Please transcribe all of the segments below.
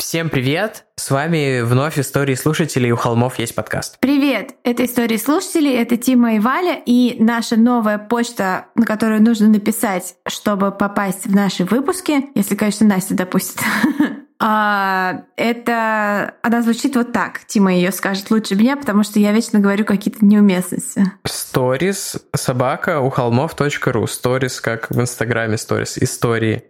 Всем привет! С вами вновь «Истории слушателей», у холмов есть подкаст. Привет! Это «Истории слушателей», это Тима и Валя, и наша новая почта, на которую нужно написать, чтобы попасть в наши выпуски, если, конечно, Настя допустит. Это она звучит вот так. Тима ее скажет лучше меня, потому что я вечно говорю какие-то неуместности. Stories собака у холмов.ру. Stories, как в Инстаграме Stories. Истории.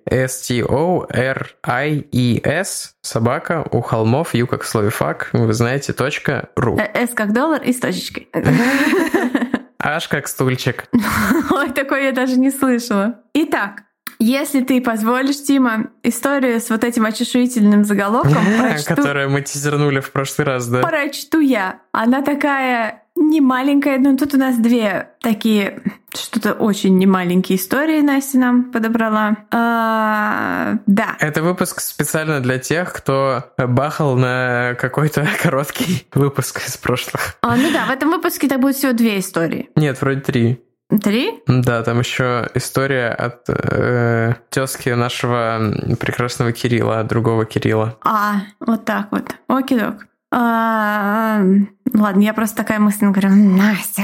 STORIES собака у холмов, ю как в слове фак, вы знаете, .ру. S как доллар и с точечкой. Аж как стульчик. Ой, такой я даже не слышала. Итак, если ты позволишь, Тима, историю с вот этим очешуительным заголовком прочту... Которую мы тизернули в прошлый раз, да? Прочту я. Она такая не маленькая, но тут у нас две такие что-то очень немаленькие истории Настя нам подобрала. Да. Это выпуск специально для тех, кто бахал на какой-то короткий выпуск из прошлых. Ну да, в этом выпуске-то будет всего две истории. Нет, вроде 3. 3? Да, там еще история от тезки нашего прекрасного Кирилла, от другого Кирилла. Вот так вот. Окей-док. Ладно, я просто такая мысленно говорю: Настя.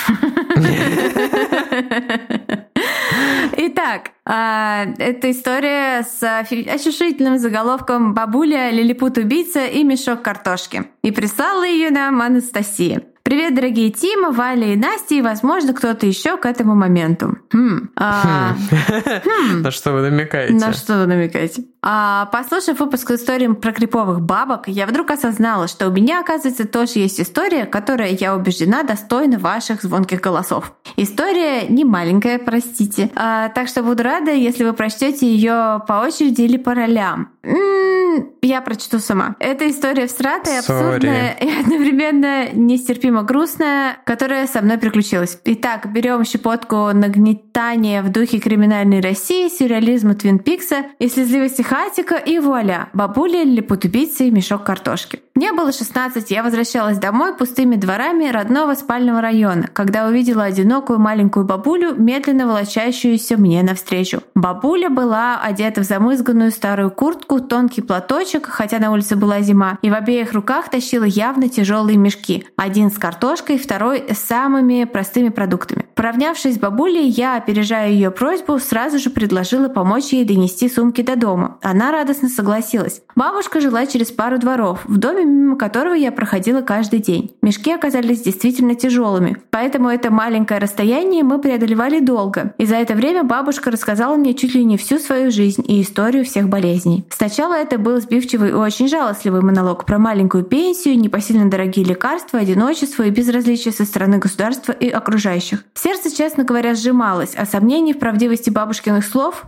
Итак, это история с очешуительным заголовком «Бабуля, лилипут-убийца и мешок картошки». И прислала ее нам Анастасия. Привет, дорогие Тима, Валя и Настя, и, возможно, кто-то еще к этому моменту. На что вы намекаете? На что вы намекаете? Послушав выпуск с историей про криповых бабок, я вдруг осознала, что у меня, оказывается, тоже есть история, которая, я убеждена, достойна ваших звонких голосов. История не маленькая, простите. Так что буду рада, если вы прочтете ее по очереди или по ролям. Я прочту сама. Это история всратая, абсурдная и одновременно нестерпимо грустная, которая со мной приключилась. Итак, берем щепотку нагнетания в духе криминальной России, сюрреализма Твин Пикса и слезливости Хатика, и вуаля! Бабуля, лилипут-убийца и мешок картошки. Мне было 16, я возвращалась домой пустыми дворами родного спального района, когда увидела одинокую маленькую бабулю, медленно волочащуюся мне навстречу. Бабуля была одета в замызганную старую куртку, тонкий платочек, хотя на улице была зима, и в обеих руках тащила явно тяжелые мешки. Один с картошкой, второй с самыми простыми продуктами. Поравнявшись с бабулей, я, опережая ее просьбу, сразу же предложила помочь ей донести сумки до дома. Она радостно согласилась. Бабушка жила через пару дворов, в доме, мимо которого я проходила каждый день. Мешки оказались действительно тяжелыми, поэтому это маленькое расстояние мы преодолевали долго. И за это время бабушка рассказала мне чуть ли не всю свою жизнь и историю всех болезней. Сначала это был сбивчивый и очень жалостливый монолог про маленькую пенсию, непосильно дорогие лекарства, одиночество и безразличие со стороны государства и окружающих. Сердце, честно говоря, сжималось, а сомнений в правдивости бабушкиных слов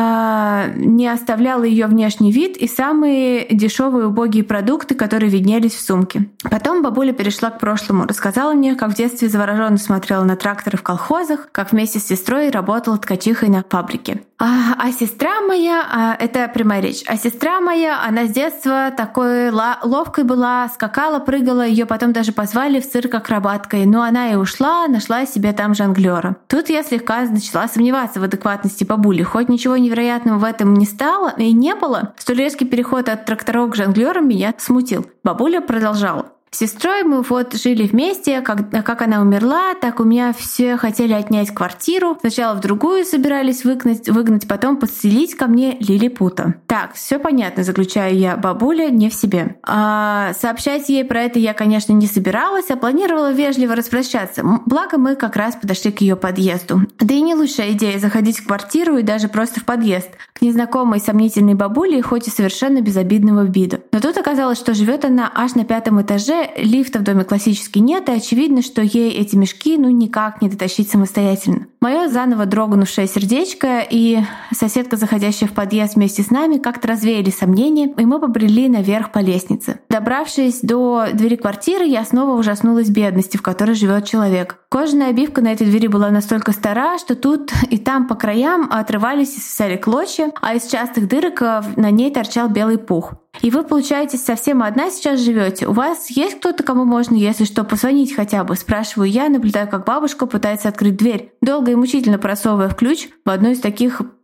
не оставлял ее внешний вид и самые дешевые убогие продукты, которые виднелись в сумке. Потом бабуля перешла к прошлому, рассказала мне, как в детстве завороженно смотрела на тракторы в колхозах, как вместе с сестрой работала ткачихой на фабрике. А сестра моя, это прямая речь, а сестра моя, она с детства такой ловкой была, скакала, прыгала, ее потом даже позвали в цирк акробаткой, но она и ушла, нашла себе там жонглера. Тут я слегка начала сомневаться в адекватности бабули, хоть ничего невероятного в этом не стало и не было, столь резкий переход от тракторов к жонглерам меня смутил. Бабуля продолжала. С сестрой мы вот жили вместе, как она умерла, так у меня все хотели отнять квартиру. Сначала в другую собирались выгнать, потом подселить ко мне лилипута. Так, все понятно, заключаю я, бабуля не в себе. Сообщать ей про это я, конечно, не собиралась, а планировала вежливо распрощаться. Благо мы как раз подошли к ее подъезду. Да и не лучшая идея заходить в квартиру и даже просто в подъезд к незнакомой сомнительной бабуле, хоть и совершенно безобидного вида. Но тут оказалось, что живет она аж на 5-м этаже, лифта в доме классически нет, и очевидно, что ей эти мешки никак не дотащить самостоятельно. Мое заново дрогнувшее сердечко и соседка, заходящая в подъезд вместе с нами, как-то развеяли сомнения, и мы побрели наверх по лестнице. Добравшись до двери квартиры, я снова ужаснулась бедности, в которой живет человек. Кожаная обивка на этой двери была настолько стара, что тут и там по краям отрывались и свисали клочья, а из частых дырок на ней торчал белый пух. И вы, получаете, совсем одна сейчас живете. У вас есть кто-то, кому можно, если что, позвонить хотя бы? Спрашиваю я, наблюдая, как бабушка пытается открыть дверь, долго и мучительно просовывая в ключ в одну из таких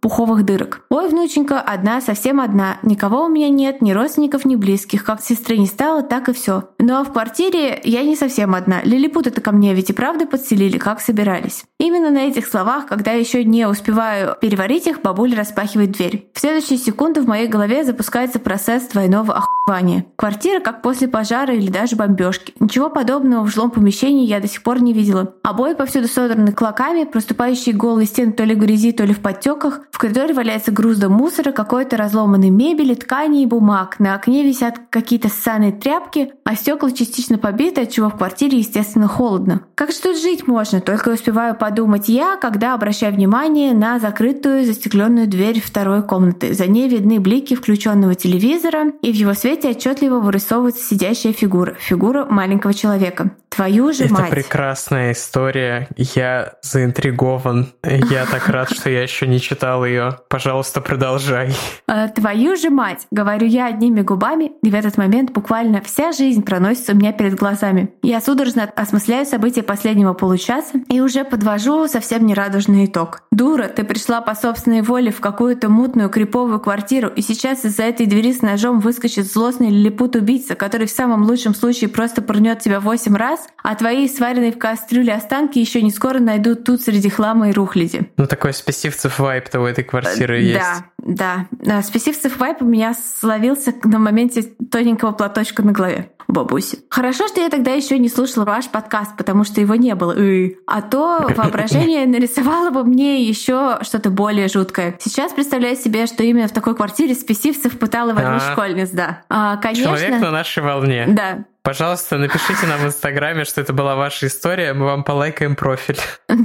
пуховых дырок. Ой, внученька, одна, совсем одна. Никого у меня нет, ни родственников, ни близких. Как сестры не стало, так и все. Но в квартире я не совсем одна. Лилипуты-то ко мне ведь и правда подселили, как собирались. Именно на этих словах, когда еще не успеваю переварить их, бабуля распахивает дверь. В следующие секунды в моей голове запускается процесс двойного охуевания. Квартира как после пожара или даже бомбежки. Ничего подобного в жилом помещении я до сих пор не видела. Обои повсюду содраны клоками, проступающие голые стены то ли в грязи, то ли в подтеках. В коридоре валяется грузда мусора, какой-то разломанной мебели, ткани и бумаг. На окне висят какие-то ссаные тряпки, а стекла частично побиты, отчего в квартире, естественно, холодно. Как же тут жить можно? Только успеваю подумать я, когда обращаю внимание на закрытую застекленную дверь второй комнаты. За ней видны блики включенного телевизора, и в его свете отчетливо вырисовывается сидящая фигура. Фигура маленького человека. Твою же мать. Это прекрасная история. Я заинтригован. Я так рад, что я еще не читал ее. Пожалуйста, продолжай. Твою же мать, говорю я одними губами, и в этот момент буквально вся жизнь проносится у меня перед глазами. Я судорожно осмысляю события последнего получаса и уже подвожу совсем нерадужный итог. Дура, ты пришла по собственной воле в какую-то мутную криповую квартиру, и сейчас из-за этой двери с ножом выскочит злостный лилипут-убийца, который в самом лучшем случае просто пырнет тебя 8 раз, а твои сваренные в кастрюле останки еще не скоро найдут тут среди хлама и рухляди. Ну такой спесивцев вайп-то у этой квартиры есть. Да. Спесивцев вайп у меня словился на моменте тоненького платочка на голове. Бабуси. Хорошо, что я тогда еще не слушала ваш подкаст, потому что его не было. А то воображение нарисовало бы мне еще что-то более жуткое. Сейчас представляю себе, что именно в такой квартире спесивцев пытала 8 школьниц, да. Конечно. Человек на нашей волне. Да. Пожалуйста, напишите нам в Инстаграме, что это была ваша история, мы вам полайкаем профиль.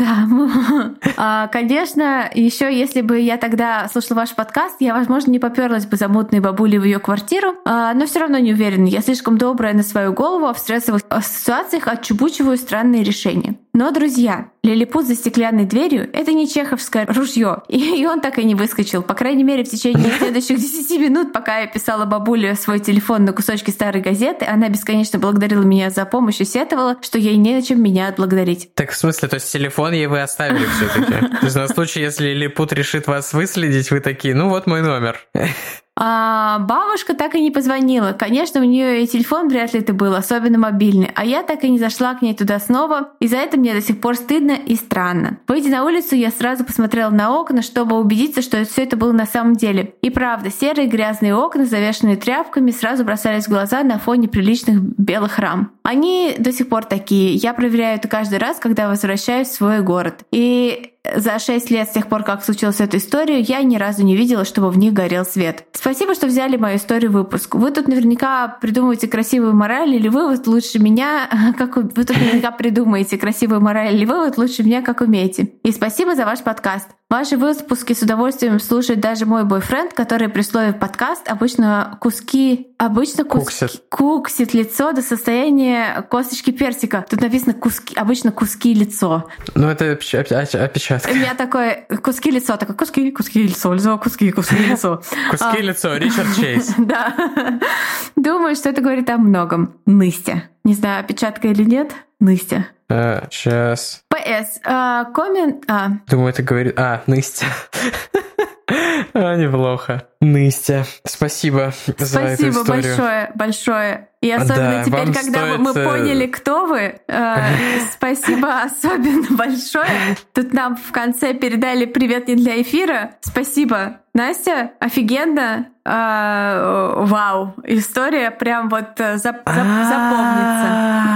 Да. Конечно, еще если бы я тогда слушала ваш подкаст, я, возможно, не попёрлась бы за мутной бабулей в ее квартиру, но все равно не уверена. Я слишком добрая на свою голову, а в стрессовых ситуациях отчебучиваю странные решения. Но, друзья, лилипут за стеклянной дверью — это не чеховское ружье, и он так и не выскочил. По крайней мере, в течение следующих 10 минут, пока я писала бабуле свой телефон на кусочке старой газеты, она бесконечно благодарила меня за помощь и сетовала, что ей не на чем меня отблагодарить. Так, в смысле, то есть телефон ей вы оставили все-таки? То есть на случай, если лилипут решит вас выследить, вы такие, ну вот мой номер. А бабушка так и не позвонила. Конечно, у нее и телефон вряд ли это был, особенно мобильный. А я так и не зашла к ней туда снова, и за это мне до сих пор стыдно и странно. Выйдя на улицу, я сразу посмотрела на окна, чтобы убедиться, что все это было на самом деле. И правда, серые грязные окна, завешенные тряпками, сразу бросались в глаза на фоне приличных белых рам. Они до сих пор такие. Я проверяю это каждый раз, когда возвращаюсь в свой город. И за 6 лет с тех пор, как случилась эта история, я ни разу не видела, чтобы в них горел свет. Спасибо, что взяли мою историю в выпуск. Вы тут наверняка придумываете красивую мораль или вывод лучше меня, как вы тут наверняка придумаете красивую мораль или вывод лучше меня, как умеете. И спасибо за ваш подкаст. Ваши выпуски с удовольствием слушает даже мой бойфренд, который при слове «подкаст» обычно куксит лицо до состояния косточки персика. Тут написано обычно куски лицо. Ну, это опечатка. У меня такое куски лицо, такое куски лицо, куски лицо. Куски лицо, Ричард Чейз. Да. Думаю, что это говорит о многом. Ныстя. Не знаю, опечатка или нет. Ныстя. Сейчас. ПС. Коммент. Думаю, это говорит... Ныстя. Неплохо. Ныстя. Спасибо за эту историю. Спасибо большое. И особенно теперь, когда мы поняли, кто вы, спасибо особенно большое. Тут нам в конце передали привет не для эфира. Спасибо. Настя, офигенно. Вау. История прям вот запомнится.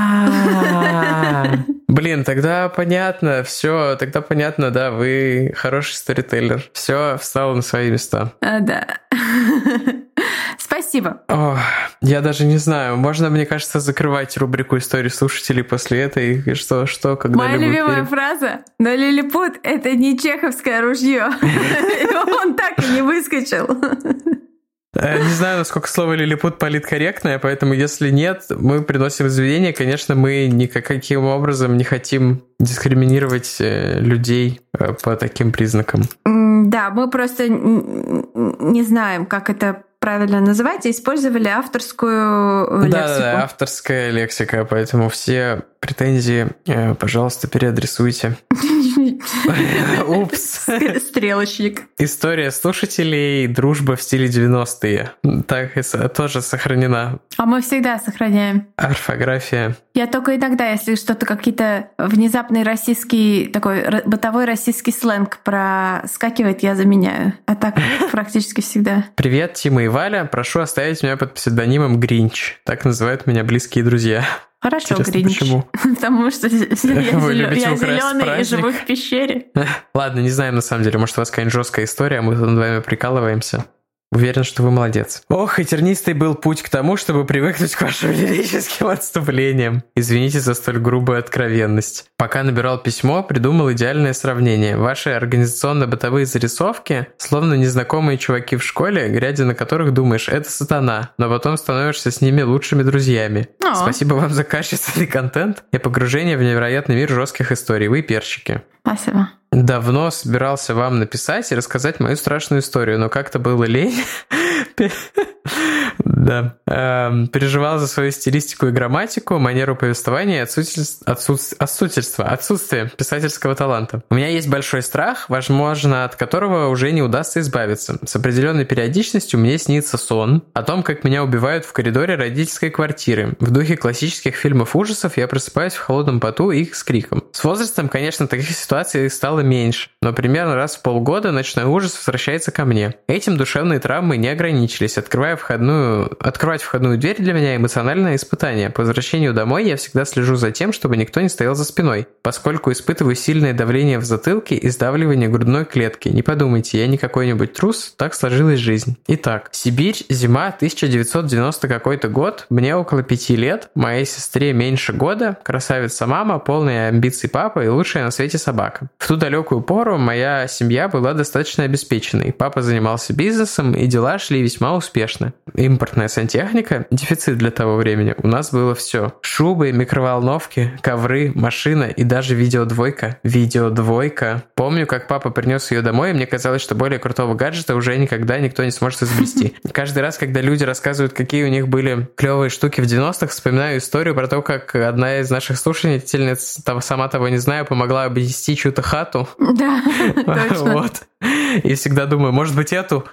Блин, тогда понятно, все, тогда понятно, да, вы хороший сторителлер. Все встало на свои места. Да. Спасибо. Я даже не знаю, можно, мне кажется, закрывать рубрику истории слушателей после этой, и что когда-либо... Моя любимая фраза: но лилипут — это не чеховское ружье. Он так и не выскочил. Не знаю, насколько слово «лилипут» политкорректное, поэтому если нет, мы приносим извинения. Конечно, мы никаким образом не хотим дискриминировать людей по таким признакам. Да, мы просто не знаем, как это правильно называть, и использовали авторскую лексику. Да, авторская лексика, поэтому все претензии, пожалуйста, переадресуйте. Упс. Стрелочник. История слушателей «Дружба в стиле 90-е». Так тоже сохранена. А мы всегда сохраняем. Орфография. Я только иногда, если что-то какие-то внезапный российский, такой бытовой российский сленг проскакивает, я заменяю. А так практически всегда. Привет, Тима и Валя. Прошу оставить меня под псевдонимом Гринч. Так называют меня близкие друзья. Хорошо, интересно, Гринч. Почему? Потому что я зеленый и живу в пещере. Ладно, не знаем на самом деле. Может, у вас какая-нибудь жесткая история, а мы над вами прикалываемся. Уверен, что вы молодец. Ох, и тернистый был путь к тому, чтобы привыкнуть к вашим лирическим отступлениям. Извините за столь грубую откровенность. Пока набирал письмо, придумал идеальное сравнение. Ваши организационно-бытовые зарисовки, словно незнакомые чуваки в школе, глядя на которых думаешь, это сатана, но потом становишься с ними лучшими друзьями. Спасибо вам за качественный контент и погружение в невероятный мир жестких историй. Вы перчики. Спасибо. Давно собирался вам написать и рассказать мою страшную историю, но как-то было лень. Да. Переживал за свою стилистику и грамматику, манеру повествования и отсутствие писательского таланта. У меня есть большой страх, возможно, от которого уже не удастся избавиться. С определенной периодичностью мне снится сон о том, как меня убивают в коридоре родительской квартиры. В духе классических фильмов ужасов я просыпаюсь в холодном поту и с криком. С возрастом, конечно, таких ситуаций стало меньше, но примерно раз в полгода ночной ужас возвращается ко мне. Этим душевные травмы не ограничились. Открывать входную дверь для меня эмоциональное испытание. По возвращению домой я всегда слежу за тем, чтобы никто не стоял за спиной, поскольку испытываю сильное давление в затылке и сдавливание грудной клетки. Не подумайте, я не какой-нибудь трус, так сложилась жизнь. Итак, Сибирь, зима, 1990 какой-то год, мне около 5 лет, моей сестре меньше года, красавица мама, полная амбиций папа и лучшая на свете собака. В ту далекую пору моя семья была достаточно обеспеченной. Папа занимался бизнесом, и дела шли весьма успешно. Импортная сантехника, дефицит для того времени. У нас было все. Шубы, микроволновки, ковры, машина и даже видеодвойка. Видеодвойка. Помню, как папа принес ее домой, и мне казалось, что более крутого гаджета уже никогда никто не сможет изобрести. Каждый раз, когда люди рассказывают, какие у них были клевые штуки в 90-х, вспоминаю историю про то, как одна из наших слушательниц, сама того не знаю, помогла обнести чью-то хату. Да, точно. Вот. И всегда думаю, может быть, эту.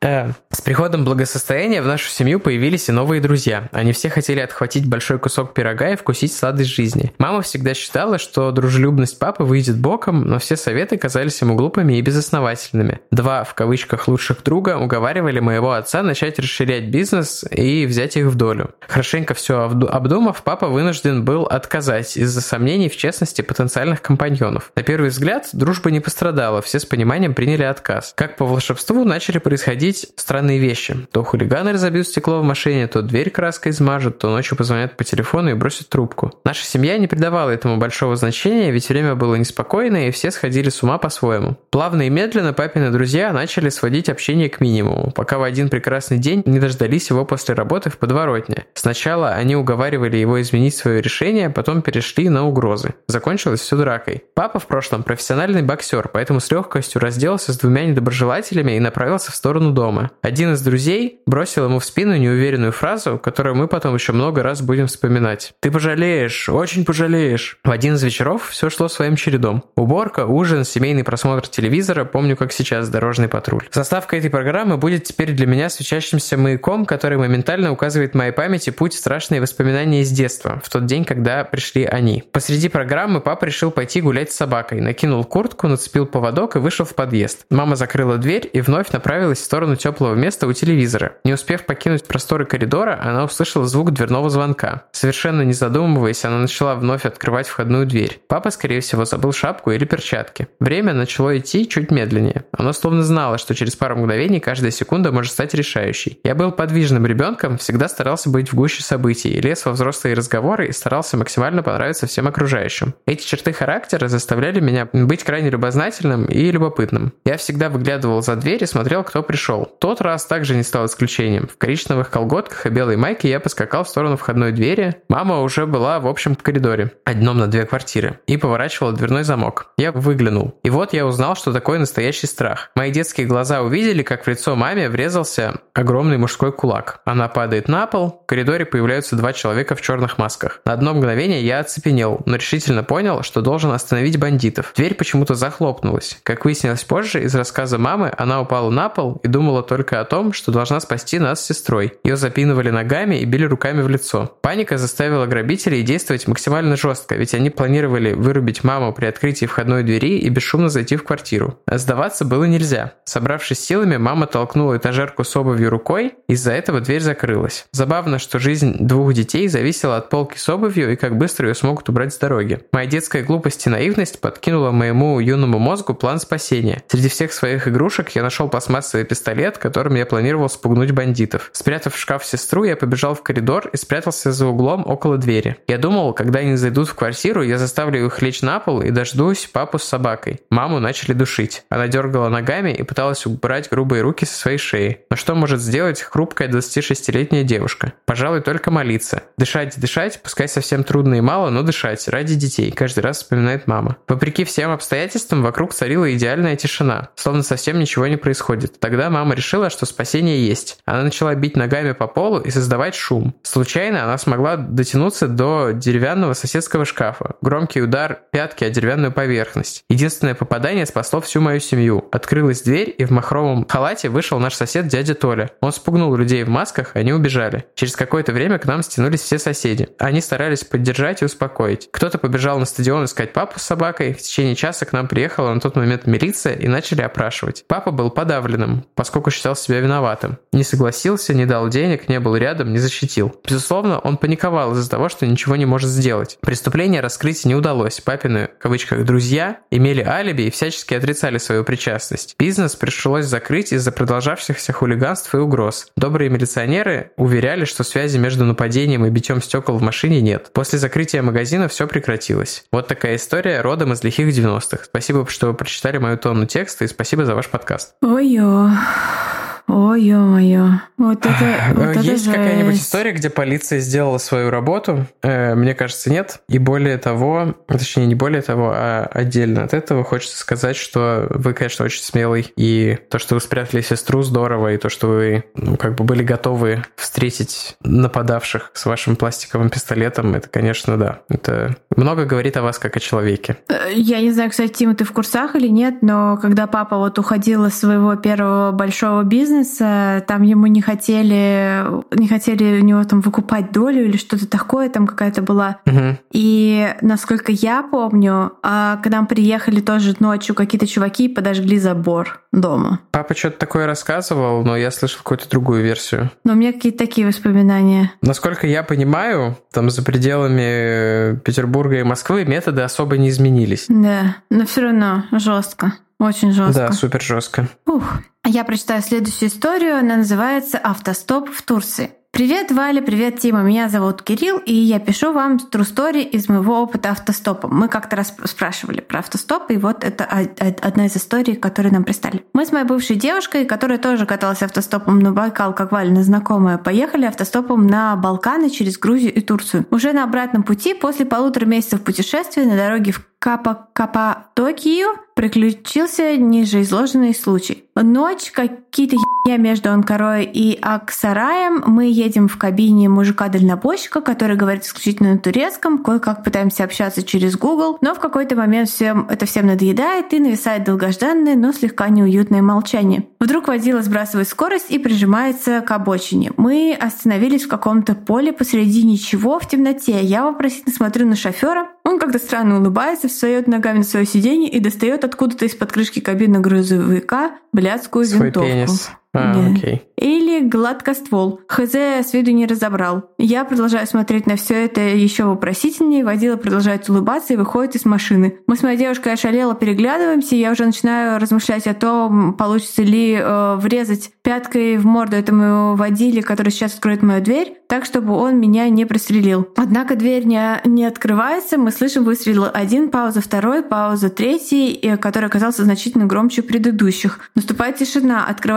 С приходом благосостояния в нашу семью появились и новые друзья. Они все хотели отхватить большой кусок пирога и вкусить сладость жизни. Мама всегда считала, что дружелюбность папы выйдет боком, но все советы казались ему глупыми и безосновательными. Два, в кавычках, лучших друга уговаривали моего отца начать расширять бизнес и взять их в долю. Хорошенько все обдумав, папа вынужден был отказать из-за сомнений в честности потенциальных компаньонов. На первый взгляд, дружба не пострадала, все с пониманием приняли отказ. Как по волшебству начали происходить странные вещи. То хулиганы разобьют стекло в машине, то дверь краской измажут, то ночью позвонят по телефону и бросят трубку. Наша семья не придавала этому большого значения, ведь время было неспокойное, и все сходили с ума по-своему. Плавно и медленно папины друзья начали сводить общение к минимуму, пока в один прекрасный день не дождались его после работы в подворотне. Сначала они уговаривали его изменить свое решение, потом перешли на угрозы. Закончилось все дракой. Папа в прошлом профессиональный боксер, поэтому с легкостью разделался с двумя недоброжелателями и направился в сторону дома. Один из друзей бросил ему в спину неуверенную фразу, которую мы потом еще много раз будем вспоминать. «Ты пожалеешь, очень пожалеешь». В один из вечеров все шло своим чередом. Уборка, ужин, семейный просмотр телевизора, помню как сейчас, «Дорожный патруль». Заставка этой программы будет теперь для меня светящимся маяком, который моментально указывает моей памяти путь в страшные воспоминания из детства, в тот день, когда пришли они. Посреди программы папа решил пойти гулять с собакой, накинул куртку, нацепил поводок и вышел в подъезд. Мама закрыла дверь и вновь направилась в сторону теплого места у телевизора. Не успев покинуть просторы коридора, она услышала звук дверного звонка. Совершенно не задумываясь, она начала вновь открывать входную дверь. Папа, скорее всего, забыл шапку или перчатки. Время начало идти чуть медленнее. Оно словно знало, что через пару мгновений каждая секунда может стать решающей. Я был подвижным ребенком, всегда старался быть в гуще событий, лез во взрослые разговоры и старался максимально понравиться всем окружающим. Эти черты характера заставляли меня быть крайне любознательным и любопытным. Я всегда выглядывал за дверь и смотрел, кто пришел. Тот раз также не стал исключением. В коричневых колготках и белой майке я поскакал в сторону входной двери. Мама уже была в общем коридоре, одном на 2 квартиры, и поворачивала дверной замок. Я выглянул. И вот я узнал, что такое настоящий страх. Мои детские глаза увидели, как в лицо маме врезался огромный мужской кулак. Она падает на пол, в коридоре появляются 2 человека в черных масках. На одно мгновение я оцепенел, но решительно понял, что должен остановить бандитов. Дверь почему-то захлопнулась. Как выяснилось позже, из рассказа мамы, она упала на пол и думала только о том, что должна спасти нас с сестрой. Ее запинывали ногами и били руками в лицо. Паника заставила грабителей действовать максимально жестко, ведь они планировали вырубить маму при открытии входной двери и бесшумно зайти в квартиру. Сдаваться было нельзя. Собравшись силами, мама толкнула этажерку с обувью рукой, из-за этого дверь закрылась. Забавно, что жизнь 2 детей зависела от полки с обувью и как быстро ее смогут убрать с дороги. Моя детская глупость и наивность подкинула моему юному мозгу план спасения. Среди всех своих игрушек я нашел пластмассовый пистолет, которым я планировал спугнуть бандитов. Спрятав в шкаф сестру, я побежал в коридор и спрятался за углом около двери. Я думал, когда они зайдут в квартиру, я заставлю их лечь на пол и дождусь папу с собакой. Маму начали душить. Она дергала ногами и пыталась убрать грубые руки со своей шеи. Но что может сделать хрупкая 26-летняя девушка? Пожалуй, только молиться. Дышать, пускай совсем трудно и мало, но дышать, ради детей, каждый раз вспоминает мама. Вопреки всем обстоятельствам, вокруг царила идеальная тишина, словно совсем ничего не происходит. Тогда мама решила, что спасение есть. Она начала бить ногами по полу и создавать шум. Случайно она смогла дотянуться до деревянного соседского шкафа. Громкий удар пятки о деревянную поверхность. Единственное попадание спасло всю мою семью. Открылась дверь, и в махровом халате вышел наш сосед дядя Толя. Он спугнул людей в масках, они убежали. Через какое-то время к нам стянулись все соседи. Они старались поддержать и успокоить. Кто-то побежал на стадион искать папу с собакой. В течение часа к нам приехала на тот момент милиция и начали опрашивать. Папа был подавленным, поскольку считал себя виноватым. Не согласился, не дал денег, не был рядом, не защитил. Безусловно, он паниковал из-за того, что ничего не может сделать. Преступление раскрыть не удалось. Папины, в кавычках, друзья имели алиби и всячески отрицали свою причастность. Бизнес пришлось закрыть из-за продолжавшихся хулиганств и угроз. Добрые милиционеры уверяли, что связи между нападением и битьем стекол в машине нет. После закрытия магазина все прекратилось. Вот такая история родом из лихих 90-х. Спасибо, что вы прочитали мою тонну текста, и спасибо за ваш подкаст. Ой, ё-моё. Вот это Есть жесть. какая-нибудь история, где полиция сделала свою работу? Мне кажется, нет. И более того, точнее, не более того, а отдельно от этого хочется сказать, что вы, конечно, очень смелый. И то, что вы спрятали сестру, здорово. И то, что вы были готовы встретить нападавших с вашим пластиковым пистолетом, это, конечно, да. Это много говорит о вас как о человеке. Я не знаю, кстати, Тима, ты в курсах или нет, но когда папа уходил из своего первого большого бизнеса, там ему не хотели у него там выкупать долю или что-то такое, там какая-то была. Угу. И насколько я помню, к нам приехали тоже ночью какие-то чуваки и подожгли забор дома. Папа что-то такое рассказывал, но я слышал какую-то другую версию. Но у меня какие-то такие воспоминания. Насколько я понимаю, там за пределами Петербурга и Москвы методы особо не изменились. Да, но все равно жестко. Очень жестко. Да, супер жестко. Я прочитаю следующую историю. Она называется «Автостоп в Турции». Привет, Валя, привет, Тима. Меня зовут Кирилл, и я пишу вам true story из моего опыта автостопа. Мы как-то раз спрашивали про автостоп, и вот это одна из историй, которые нам прислали. Мы с моей бывшей девушкой, которая тоже каталась автостопом на Байкал, как Валина знакомая, поехали автостопом на Балканы через Грузию и Турцию. Уже на обратном пути, после 1,5 месяцев путешествия на дороге в Каппадокию приключился ниже изложенный случай. Ночь, какие-то херня между Анкарой и Аксараем. Мы едем в кабине мужика-дальнобойщика, который говорит исключительно на турецком. Кое-как пытаемся общаться через Google, но в какой-то момент всем надоедает и нависает долгожданное, но слегка неуютное молчание. Вдруг водила сбрасывает скорость и прижимается к обочине. Мы остановились в каком-то поле посреди ничего в темноте. Я вопросительно смотрю на шофера. Он как-то странно улыбается, встает ногами на свое сиденье и достает откуда-то из-под крышки кабины грузовика блядскую винтовку. Свой пенис. Окей. Или гладкоствол. ХЗ с виду не разобрал. Я продолжаю смотреть на все это еще вопросительнее. Водила продолжает улыбаться и выходит из машины. Мы с моей девушкой ошалело переглядываемся, и я уже начинаю размышлять о том, получится ли врезать пяткой в морду этому водиле, который сейчас откроет мою дверь, так, чтобы он меня не пристрелил. Однако дверь не открывается. Мы слышим выстрел 1, пауза 2, пауза 3, который оказался значительно громче предыдущих. Наступает тишина, открывается дверь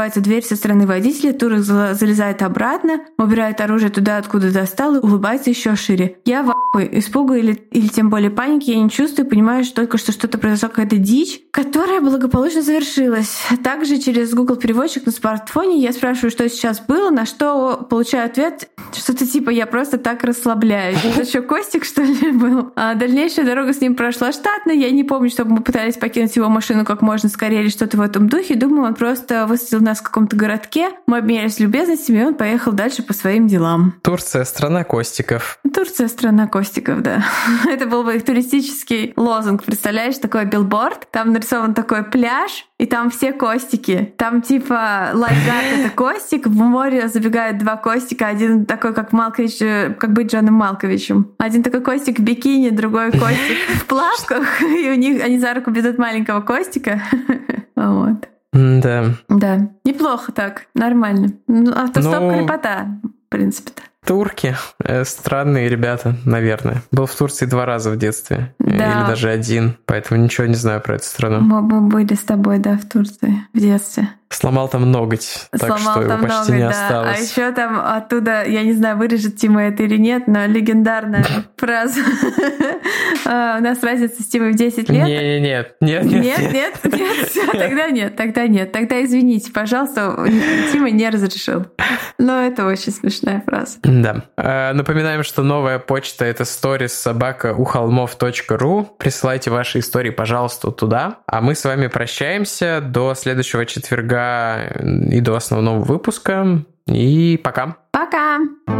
со стороны водителя, Турок залезает обратно, убирает оружие туда, откуда достал, и улыбается еще шире. Я в ахуе. Испуга или тем более паники я не чувствую, понимаю, что только что что-то произошло, какая-то дичь, которая благополучно завершилась. Также через Google переводчик на смартфоне я спрашиваю, что сейчас было, на что получаю ответ, что-то типа «я просто так расслабляюсь». Это что, Костик, что ли, был? А дальнейшая дорога с ним прошла штатно. Я не помню, чтобы мы пытались покинуть его машину как можно скорее или что-то в этом духе. Думаю, он просто высадил нас в каком-то городке. Мы обменялись любезностями, и он поехал дальше по своим делам. Турция — страна Костиков. Турция — страна Костиков, да. Это был бы их туристический лозунг. Представляешь, такой билборд, там нарисован такой пляж, и там все Костики. Там типа лайфгард — это Костик, в море забегают два Костика, один такой, как Малкович, как быть Джоном Малковичем. Один такой Костик в бикини, другой Костик в плавках, и у них они за руку ведут маленького Костика. Вот. Да. Да. Неплохо так, нормально. Автостоп крепота, в принципе-то. Турки странные ребята, наверное. Был в Турции 2 раза в детстве. Да. Или даже 1. Поэтому ничего не знаю про эту страну. Мы были с тобой, да, в Турции в детстве. Сломал там ноготь, так что его почти не осталось. А еще там оттуда, я не знаю, вырежет Тима это или нет, но легендарная фраза. У нас разница с Тимой в 10 лет. Нет, все, тогда нет. Тогда извините, пожалуйста, Тима не разрешил. Но это очень смешная фраза. Да. Напоминаем, что новая почта — это stories@uholmov.ru. Присылайте ваши истории, пожалуйста, туда. А мы с вами прощаемся до следующего четверга и до основного выпуска. И пока. Пока!